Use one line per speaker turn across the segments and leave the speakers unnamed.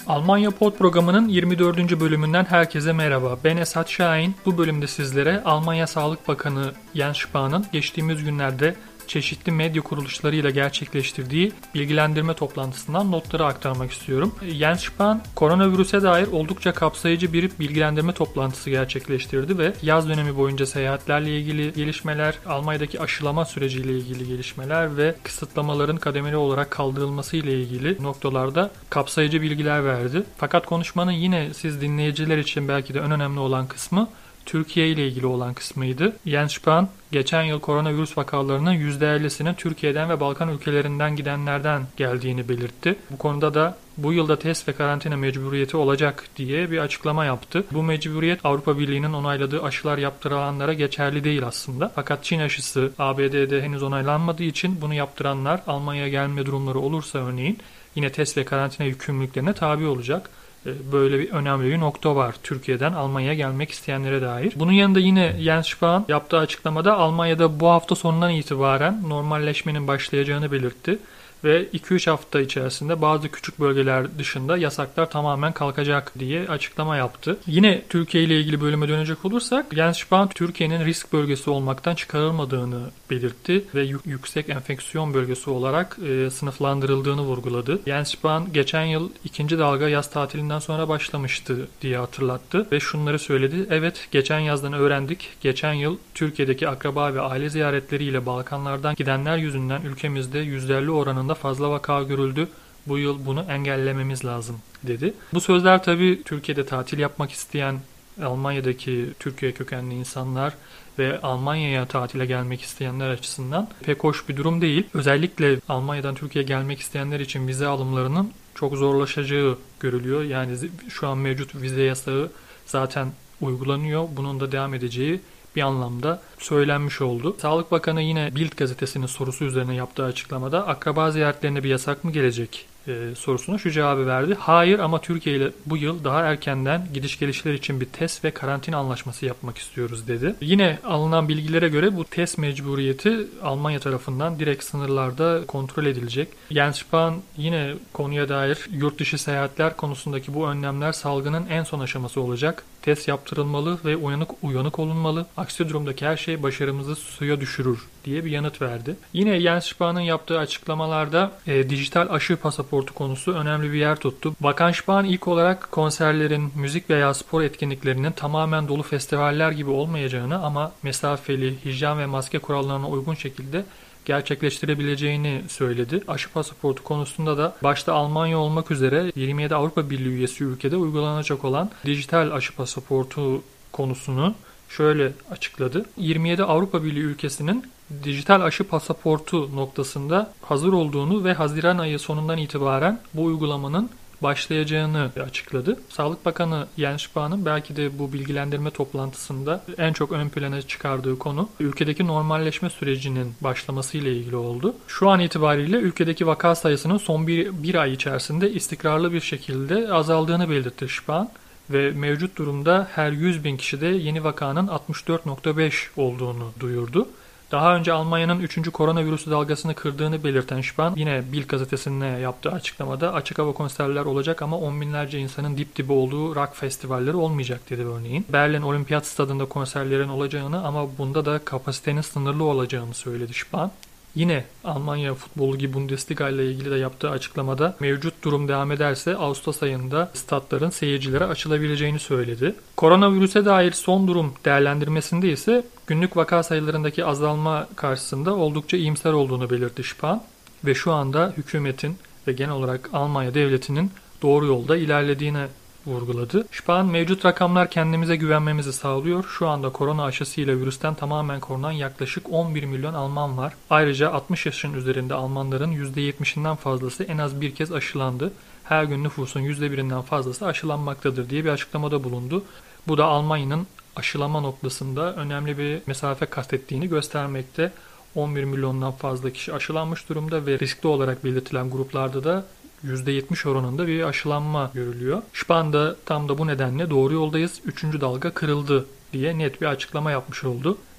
Almanya Pod programının 24. bölümünden herkese merhaba. Ben Esat Şahin. Bu bölümde sizlere Almanya Sağlık Bakanı Jens Spahn'ın geçtiğimiz günlerde çeşitli medya kuruluşlarıyla gerçekleştirdiği bilgilendirme toplantısından notları aktarmak istiyorum. Jens Spahn, koronavirüse dair oldukça kapsayıcı bir bilgilendirme toplantısı gerçekleştirdi ve yaz dönemi boyunca seyahatlerle ilgili gelişmeler, Almanya'daki aşılama süreciyle ilgili gelişmeler ve kısıtlamaların kademeli olarak kaldırılması ile ilgili noktalarda kapsayıcı bilgiler verdi. Fakat konuşmanın yine siz dinleyiciler için belki de en önemli olan kısmı Türkiye ile ilgili olan kısmıydı. Jens Spahn, geçen yıl koronavirüs vakalarının %50'sinin Türkiye'den ve Balkan ülkelerinden gidenlerden geldiğini belirtti. Bu konuda da bu yılda test ve karantina mecburiyeti olacak diye bir açıklama yaptı. Bu mecburiyet Avrupa Birliği'nin onayladığı aşılar yaptıranlara geçerli değil aslında. Fakat Çin aşısı ABD'de henüz onaylanmadığı için bunu yaptıranlar Almanya'ya gelme durumları olursa örneğin yine test ve karantina yükümlülüklerine tabi olacak. Böyle bir önemli bir nokta var Türkiye'den Almanya'ya gelmek isteyenlere dair. Bunun yanında yine Jens Spahn yaptığı açıklamada Almanya'da bu hafta sonundan itibaren normalleşmenin başlayacağını belirtti. Ve 2-3 hafta içerisinde bazı küçük bölgeler dışında yasaklar tamamen kalkacak diye açıklama yaptı. Yine Türkiye ile ilgili bölüme dönecek olursak Jens Spahn Türkiye'nin risk bölgesi olmaktan çıkarılmadığını belirtti ve yüksek enfeksiyon bölgesi olarak sınıflandırıldığını vurguladı. Jens Spahn geçen yıl ikinci dalga yaz tatilinden sonra başlamıştı diye hatırlattı ve şunları söyledi. Evet, geçen yazdan öğrendik. Geçen yıl Türkiye'deki akraba ve aile ziyaretleriyle Balkanlardan gidenler yüzünden ülkemizde %50 oranında fazla vaka görüldü. Bu yıl bunu engellememiz lazım dedi. Bu sözler tabii Türkiye'de tatil yapmak isteyen Almanya'daki Türkiye kökenli insanlar ve Almanya'ya tatile gelmek isteyenler açısından pek hoş bir durum değil. Özellikle Almanya'dan Türkiye'ye gelmek isteyenler için vize alımlarının çok zorlaşacağı görülüyor. Yani şu an mevcut vize yasağı zaten uygulanıyor. Bunun da devam edeceği bir anlamda söylenmiş oldu. Sağlık Bakanı yine Bild gazetesinin sorusu üzerine yaptığı açıklamada akraba ziyaretlerine bir yasak mı gelecek sorusuna şu cevabı verdi. Hayır, ama Türkiye ile bu yıl daha erkenden gidiş gelişler için bir test ve karantina anlaşması yapmak istiyoruz dedi. Yine alınan bilgilere göre bu test mecburiyeti Almanya tarafından direkt sınırlarda kontrol edilecek. Jens Spahn yine konuya dair yurt dışı seyahatler konusundaki bu önlemler salgının en son aşaması olacak. Test yaptırılmalı ve uyanık olunmalı. Aksi durumdaki her şey başarımızı suya düşürür diye bir yanıt verdi. Yine Jens Spahn'ın yaptığı açıklamalarda dijital aşı pasaportu konusu önemli bir yer tuttu. Bakan Spahn ilk olarak konserlerin, müzik veya spor etkinliklerinin tamamen dolu festivaller gibi olmayacağını ama mesafeli, hijyen ve maske kurallarına uygun şekilde gerçekleştirebileceğini söyledi. Aşı pasaportu konusunda da başta Almanya olmak üzere 27 Avrupa Birliği üyesi ülkede uygulanacak olan dijital aşı pasaportu konusunu şöyle açıkladı. 27 Avrupa Birliği ülkesinin dijital aşı pasaportu noktasında hazır olduğunu ve Haziran ayı sonundan itibaren bu uygulamanın başlayacağını açıkladı. Sağlık Bakanı Jens Spahn'ın belki de bu bilgilendirme toplantısında en çok ön plana çıkardığı konu ülkedeki normalleşme sürecinin başlaması ile ilgili oldu. Şu an itibariyle ülkedeki vaka sayısının son bir ay içerisinde istikrarlı bir şekilde azaldığını belirtti Spahn ve mevcut durumda her 100 bin kişide yeni vakanın 64,5 olduğunu duyurdu. Daha önce Almanya'nın 3. koronavirüs dalgasını kırdığını belirten Spahn yine Bild gazetesine yaptığı açıklamada açık hava konserler olacak ama on binlerce insanın dip dibe olduğu rock festivalleri olmayacak dedi örneğin. Berlin Olimpiyat Stadında konserlerin olacağını ama bunda da kapasitenin sınırlı olacağını söyledi Spahn. Yine Almanya Futbol Ligi Bundesliga ile ilgili de yaptığı açıklamada mevcut durum devam ederse Ağustos ayında statların seyircilere açılabileceğini söyledi. Koronavirüse dair son durum değerlendirmesinde ise günlük vaka sayılarındaki azalma karşısında oldukça iyimser olduğunu belirtti Spahn ve şu anda hükümetin ve genel olarak Almanya devletinin doğru yolda ilerlediğini vurguladı. Spahn, mevcut rakamlar kendimize güvenmemizi sağlıyor. Şu anda korona aşısıyla virüsten tamamen korunan yaklaşık 11 milyon Alman var. Ayrıca 60 yaşın üzerinde Almanların %70'inden fazlası en az bir kez aşılandı. Her gün nüfusun %1'inden fazlası aşılanmaktadır diye bir açıklamada bulundu. Bu da Almanya'nın aşılama noktasında önemli bir mesafe kat ettiğini göstermekte. 11 milyondan fazla kişi aşılanmış durumda ve riskli olarak belirtilen gruplarda da %70 oranında bir aşılanma görülüyor. Spahn da tam da bu nedenle doğru yoldayız, 3. dalga kırıldı diye net bir açıklama yapmış oldu.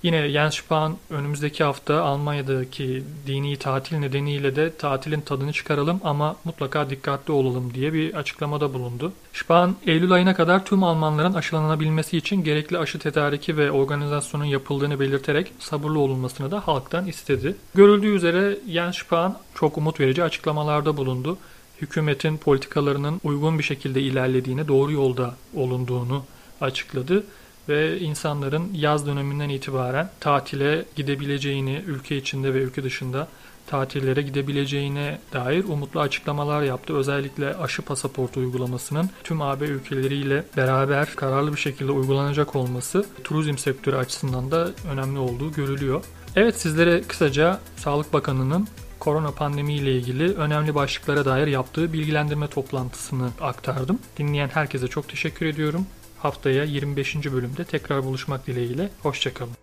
Yine Jens Spahn önümüzdeki hafta Almanya'daki dini tatil nedeniyle de tatilin tadını çıkaralım ama mutlaka dikkatli olalım diye bir açıklamada bulundu. Spahn, Eylül ayına kadar tüm Almanların aşılanabilmesi için gerekli aşı tedariki ve organizasyonun yapıldığını belirterek sabırlı olunmasını da halktan istedi. Görüldüğü üzere Jens Spahn çok umut verici açıklamalarda bulundu. Hükümetin politikalarının uygun bir şekilde ilerlediğini, doğru yolda olunduğunu açıkladı ve insanların yaz döneminden itibaren tatile gidebileceğini, ülke içinde ve ülke dışında tatillere gidebileceğine dair umutlu açıklamalar yaptı. Özellikle aşı pasaportu uygulamasının tüm AB ülkeleriyle beraber kararlı bir şekilde uygulanacak olması turizm sektörü açısından da önemli olduğu görülüyor. Evet, sizlere kısaca Sağlık Bakanı'nın korona pandemi ile ilgili önemli başlıklara dair yaptığı bilgilendirme toplantısını aktardım. Dinleyen herkese çok teşekkür ediyorum. Haftaya 25. bölümde tekrar buluşmak dileğiyle. Hoşça kalın.